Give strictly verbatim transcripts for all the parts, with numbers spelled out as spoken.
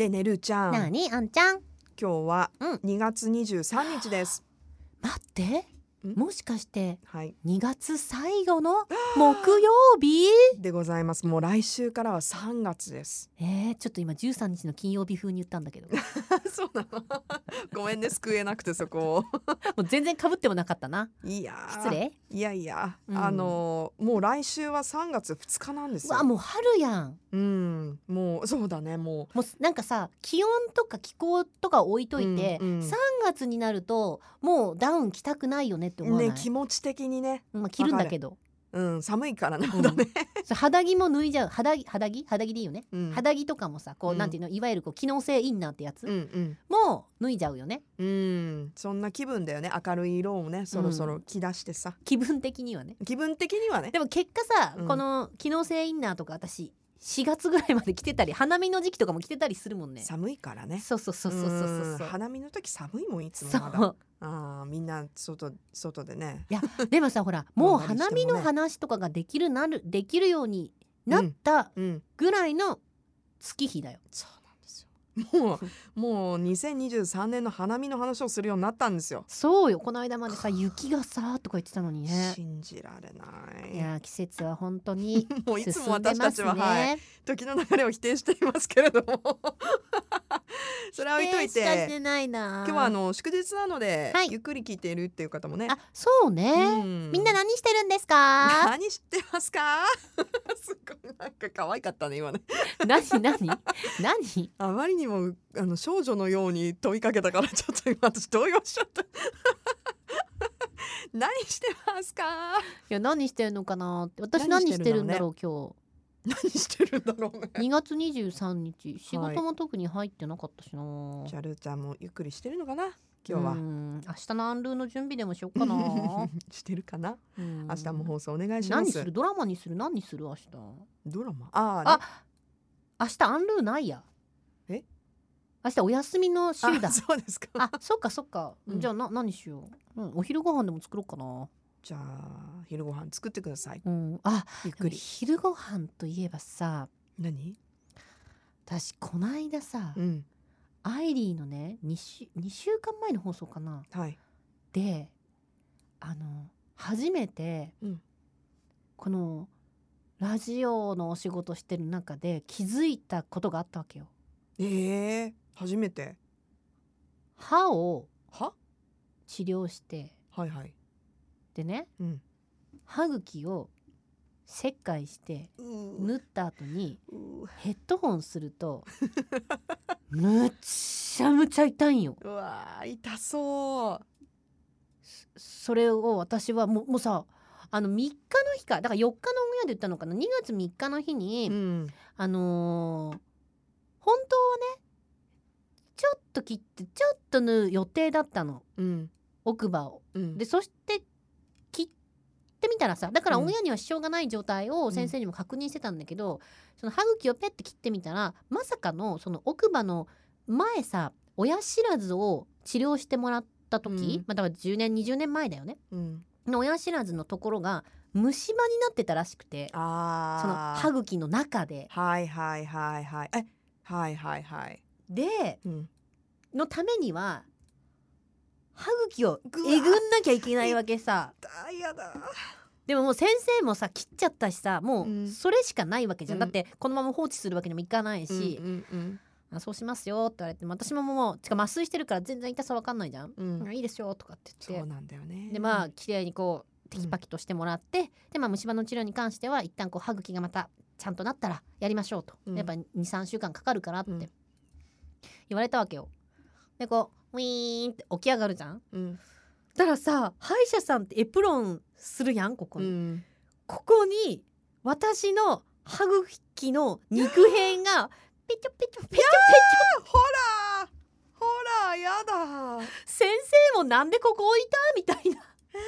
でねるちゃん、 なにあんちゃん、 今日はうんにがつにじゅうさんにちです。 待って、 んもしかしてはいにがつ最後の木曜日でございます。もう来週からはさんがつです。 えー、ちょっと今じゅうさんにちの金曜日風に言ったんだけどもそうなのごめんね、救えなくてそこう全然被ってもなかったな。 いやー失礼。 いやいや、 うんあのもう来週はさんがつふつかなんですよ。 うわもう春やん。 うんもうそうだね。ももうなんかさ、気温とか気候とか置いといて、 うんうんさんがつになるともうダウン着たくないよねって思わない、 うね、気持ち的にね、 まあ、着るんだけど、 うん寒いからな、 うんだね、 そう肌着も脱いじゃう。肌着肌着肌着でいいよね、 うん肌着とかもさこう、 うんなんていうの、いわゆるこう機能性インナーってやつ、 うんうんもう脱いじゃうよね。 うんそんな気分だよね。明るい色をねそろそろ着出してさ、 気分的にはね。 気分的にはね。 でも結果さ、 うんこの機能性インナーとか私しがつぐらいまで着てたり、花見の時期とかも着てたりするもんね。 寒いからね。 そうそうそうそうそううんそう。 花見の時寒いもんいつもそまだ。 うあーみんな外外でね。 いやでもさほらもう飲んだりしてもね花見の話とかができるなるできるようになったうんぐらいの月日だよ。 そうなんですよ。もうもうにせんにじゅうさんねんの花見の話をするようになったんですよ。 そうよ、この間までさ雪がさとか言ってたのにね。 信じられないいや季節は本当にもういつ進もんでます私たちは、はねい、。時の流れを否定していますけれどもそれは置いとい否定しかしてて、 ないな。 今日はあの祝日なので、 はいゆっくり聞いているっていう方もね。 あそうね、 うんみんな何してるんですか？ 何知ってますかすごいなんか可愛かったね今ね。 何何何あまりにもあの少女のように問いかけたからちょっと今私動揺しちゃった何してますか？ いや何してるのかなって。私何し何しててるんだるんだろろう今何してるんだろうね。 日にがつにじゅうさんにち仕事も特に入ってなかったしな、 じゃあルーちゃんもゆっくりしてるのかな今日は。 うん明日のアンルーの準備でもしようかなしてるかな。 うん明日も放送お願いします。 何する？ドラマにする？何にする明日？ ドラマあー、ね、 あ明日アンルーないや。 え明日お休みの週だ。 あそうですか。 あそっかそっか、 うんじゃあな何しよう、うん、お昼ご飯でも作ろうかな。 じゃあ昼ご飯作ってください。 うんあでもゆっくり。 昼ご飯といえばさ、 何？ 私こないださ、 うんアイリーのね 2, 週にしゅうかんまえの放送かなはい。 であの初めて、 うんこのラジオのお仕事してる中で気づいたことがあったわけよ。 えー、初めて。 歯をは？ 治療してはいはい。 でねうん。 歯茎を切開してう縫った後にうヘッドホンするとむっちゃむちゃ痛いんよ。 うわー痛そう。 それを私はもう、もうさあのみっかの日かだからよっかのオンエアで言ったのかな、にがつみっかの日に、 うんあのー本当はねちょっと切ってちょっと縫う予定だったの、 うん奥歯を。 うん。 でそして切ってみたらさ、だからうんオンエアには支障がない状態を先生にも確認してたんだけど、その歯茎をペッて切ってみたらまさかのその奥歯の前さ親知らずを治療してもらった時、 うんまあ、だからじゅうねんにじゅうねんまえだよねうん。 の親知らずのところが虫歯になってたらしくて、そのああ。 歯茎の中ではいはいはいはい。えはいはいはい。 でうん。 のためには歯茎をぐわえぐんなきゃいけないわけさ。 あやだ。 でももう先生もさ切っちゃったしさもうんうそれしかないわけじゃん、 うんだってこのまま放置するわけにもいかないし、 うんうんあそうしますよって言われても私ももうてか麻酔してるから全然痛さわかんないじゃん、 うんうん。 あいいですよとかってそう言ってなんだよね。 でまあ綺麗にこうテキパキとしてもらって、でまあ虫歯の治療に関しては一旦こう歯茎がまたちゃんとなったらやりましょうと、 うんやっぱ にさんしゅうかんかかるからってうん言われたわけよ。でこうウィーンって起き上がるじゃん。 うんだからさ歯医者さんってエプロンするやんここに、 うん。 ここに私の歯茎の肉片がペチョペチョペチョペチほらほらやだ。 ョ先生もなんでここ置いたみたいな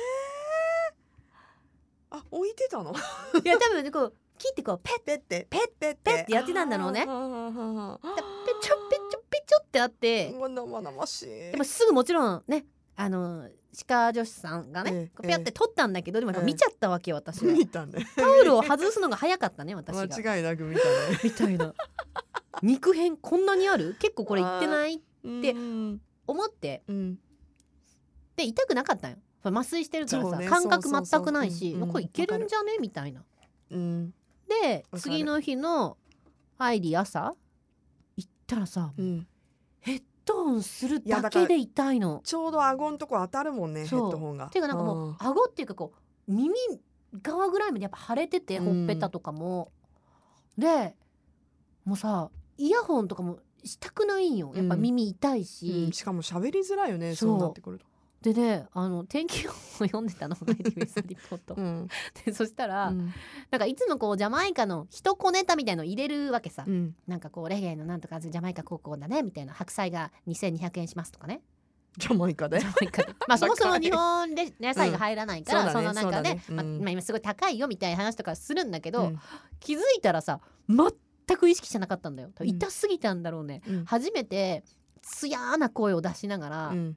あ置いてたの？ いや多分ねこう切ってこうペッペッてペッペッペッてやってたんだろうね。 あーあーあーあーペチョペチョペチョってあってうわ生々しい。 でもすぐもちろんねあの歯科助手さんがね、 ええこうピャって取ったんだけど、でもやっぱ見ちゃったわけよ私は。 見たね。 タオルを外すのが早かったね私が間違いなく見たね。 みたいな肉片こんなにある、結構これいってないでうん思って、 うんで痛くなかったんよ。麻酔してるからさ、 そうね感覚そうそうそう全くないし、 うんうんこれいけるんじゃねみたいな。 うんでる次の日のアイリー朝行ったらさ、 うんヘッドホンするいやだからだけで痛いの。 ちょうど顎のとこ当たるもんね、ヘそうッドホンが。 ていうかなんかもう顎っていうかこう耳側ぐらいまでやっぱ腫れてて、 うんほっぺたとかも。でもうさイヤホンとかもしたくないんよ、やっぱ耳痛いうんし、 しかも喋りづらいよね、 そうそうなってくると。 でねあの天気予報を読んでたのナイティベースリポート、 うんでそしたら、 うんなんかいつもこうジャマイカの一小ネタみたいの入れるわけさ、 うんなんかこうレゲエのなんとかジャマイカ高校だねみたいな、白菜がにせんにひゃくえんしますとかね、 ジャマイカでジャマイカでまあそもそも日本で野菜が入らないから、 うんその中で、 そうだねうんまあまあ今すごい高いよみたいな話とかするんだけど、 うん気づいたらさ全く意識してなかったんだよ。 うん痛すぎたんだろうね、 うん初めてつやーな声を出しながら、 うん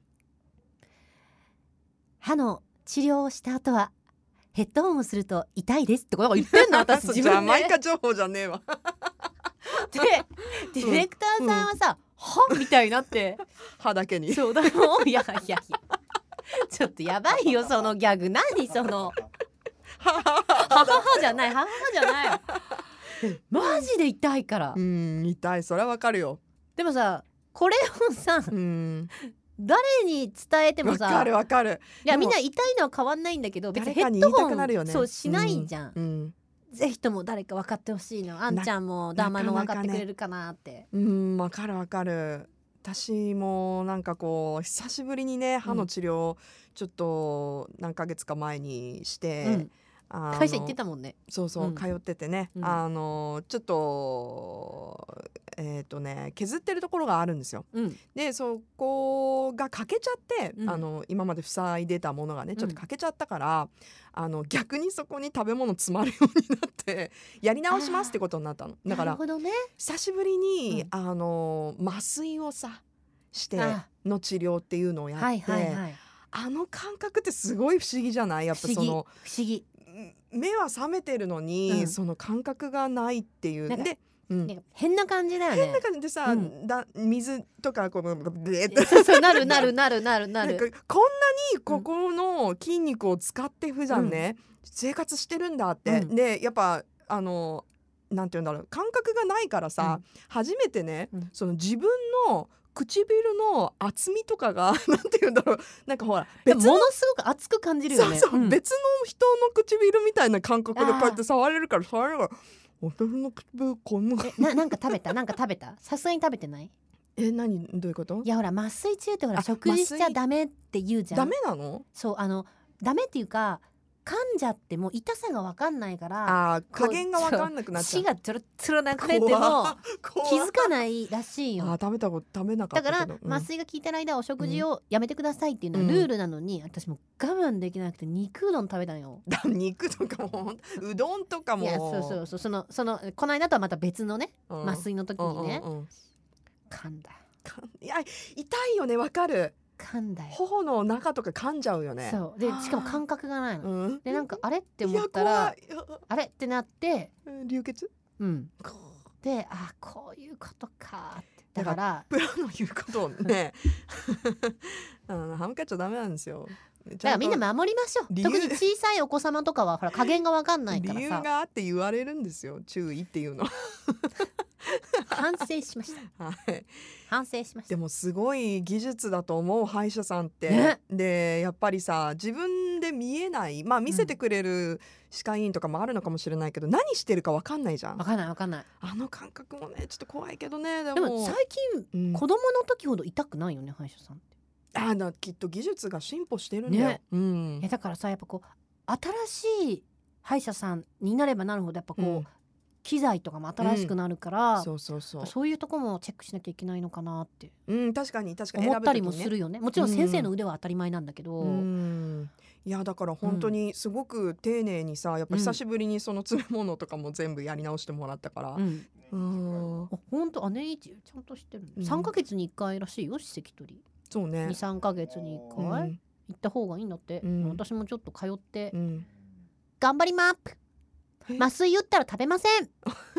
歯の治療をした後はヘッドホンをすると痛いですってこと言ってんの私そう自分でジャマイカ情報じゃねえわ。 でディレクターさんはさ、はみたいになって歯だけに。 そうだもういやいやいやちょっとやばいよそのギャグ、何そのはははじゃないはははじゃないマジで痛いから、 うん痛い、それはわかるよ。 でもさこれをさうん誰に伝えてもさわかるわかる。 いやでもみんな痛いのは変わんないんだけど、別にヘ誰かに言いたッドホンくなるよね。 そうしないじゃん、 うんぜひとも誰か分かってほしいの。あんちゃんもダーマイも分かってくれるかなって。 うんわかるわかる。私もなんかこう久しぶりにね歯の治療ちょっと何ヶ月か前にして、 うんあの会社行ってたもんね。 そうそう、 うん通っててね、 うんあのちょっとえっ、とね削ってるところがあるんですよ。 うんでそこが欠けちゃって、 うんあの今まで塞いでたものがねちょっと欠けちゃったから、あの逆にそこに食べ物詰まるようになってやり直しますってことになったの。だからなるほどね。 久しぶりに、 うんあの麻酔をさしてあの治療っていうのをやって、 はいはいはい。 あの感覚ってすごい不思議じゃない？やっぱ不思議その不思議。 目は覚めてるのに、 うんその感覚がないっていうなんかで、うん、 なんか変な感じだよね。 変な感じでさ、 うんだ水とかこのブエってそうそうなるなるなるなるななんかる。 こんなにここの筋肉を使って普段ね、生活してるんだって、 うんでやっぱあのなんて言うんだろう感覚がないからさ、初めてね、 うんその自分の唇の厚みとかがなんて言うんだろうなんかほらでも別のものすごく熱く感じるよね。 そうそう、 ん別の人の唇みたいな感覚でこうやって触れるから触れるから私の唇こんなえななんか食べたなんか食べた。さすがに食べてない？ え何どういうこといやほら麻酔中ってほらあ食事しちゃ麻酔ダメって言うじゃん。 ダメなの？ そうあのダメっていうか噛んじゃっても痛さが分かんないからあー加減が分かんなくなっちゃう血がつるつる流れても怖気づかないらしいよ。 あー食べたこと食べなかだからったけど、うん麻酔が効いてる間はお食事をやめてくださいっていうのはルールなのに、私もう我慢できなくて肉うどん食べたんよ。 だ肉とかもほんとうどんとかもいやそうそうそうそのそのこの間とはまた別のねうん麻酔の時にねうんうんうん噛んだかいや痛いよねわかる噛んだよ。 頬の中とか噛んじゃうよねそうでしかも感覚がないの。 うんでなんかあれっていや思ったら怖いいやあれってなってうん流血うんであこういうことかってだからプロの言うことをねあの歯向かっちゃダメなんですよだからみんな守りましょう。 理由特に小さいお子様とかはほら加減が分かんないか理由らさがあって言われるんですよ注意っていうの反省しましたはい反省しましたでもすごい技術だと思う歯医者さんって、 ねでやっぱりさ自分で見えないまあ見せてくれる歯科医院とかもあるのかもしれないけど、何してるか分かんないじゃん分かんない分かんない。 あの感覚もねちょっと怖いけどねでもでも最近うん子供の時ほど痛くないよね歯医者さんって。 あのきっと技術が進歩してるんだよ、 ねうんえだからさやっぱこう新しい歯医者さんになればなるほどやっぱこう、 うん機材とかも新しくなるから、 そうそうそうそういうとこもチェックしなきゃいけないのかなってうん確かに確かに思ったりも選ぶ時にねするよね。もちろん先生の腕は当たり前なんだけど、 うんいやだから本当にすごく丁寧にさやっぱ久しぶりにその詰め物とかも全部やり直してもらったから、 うんうんあ本当姉いちちゃんとしてるね、 うんさんかげつにいっかいらしいよ歯石取りそうねにさんかげつにいっかい、 うん行った方がいいんだって、 うん私もちょっと通って、 うん頑張りまーすえ麻酔打ったら食べません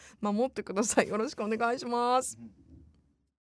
守ってください。よろしくお願いします。 うん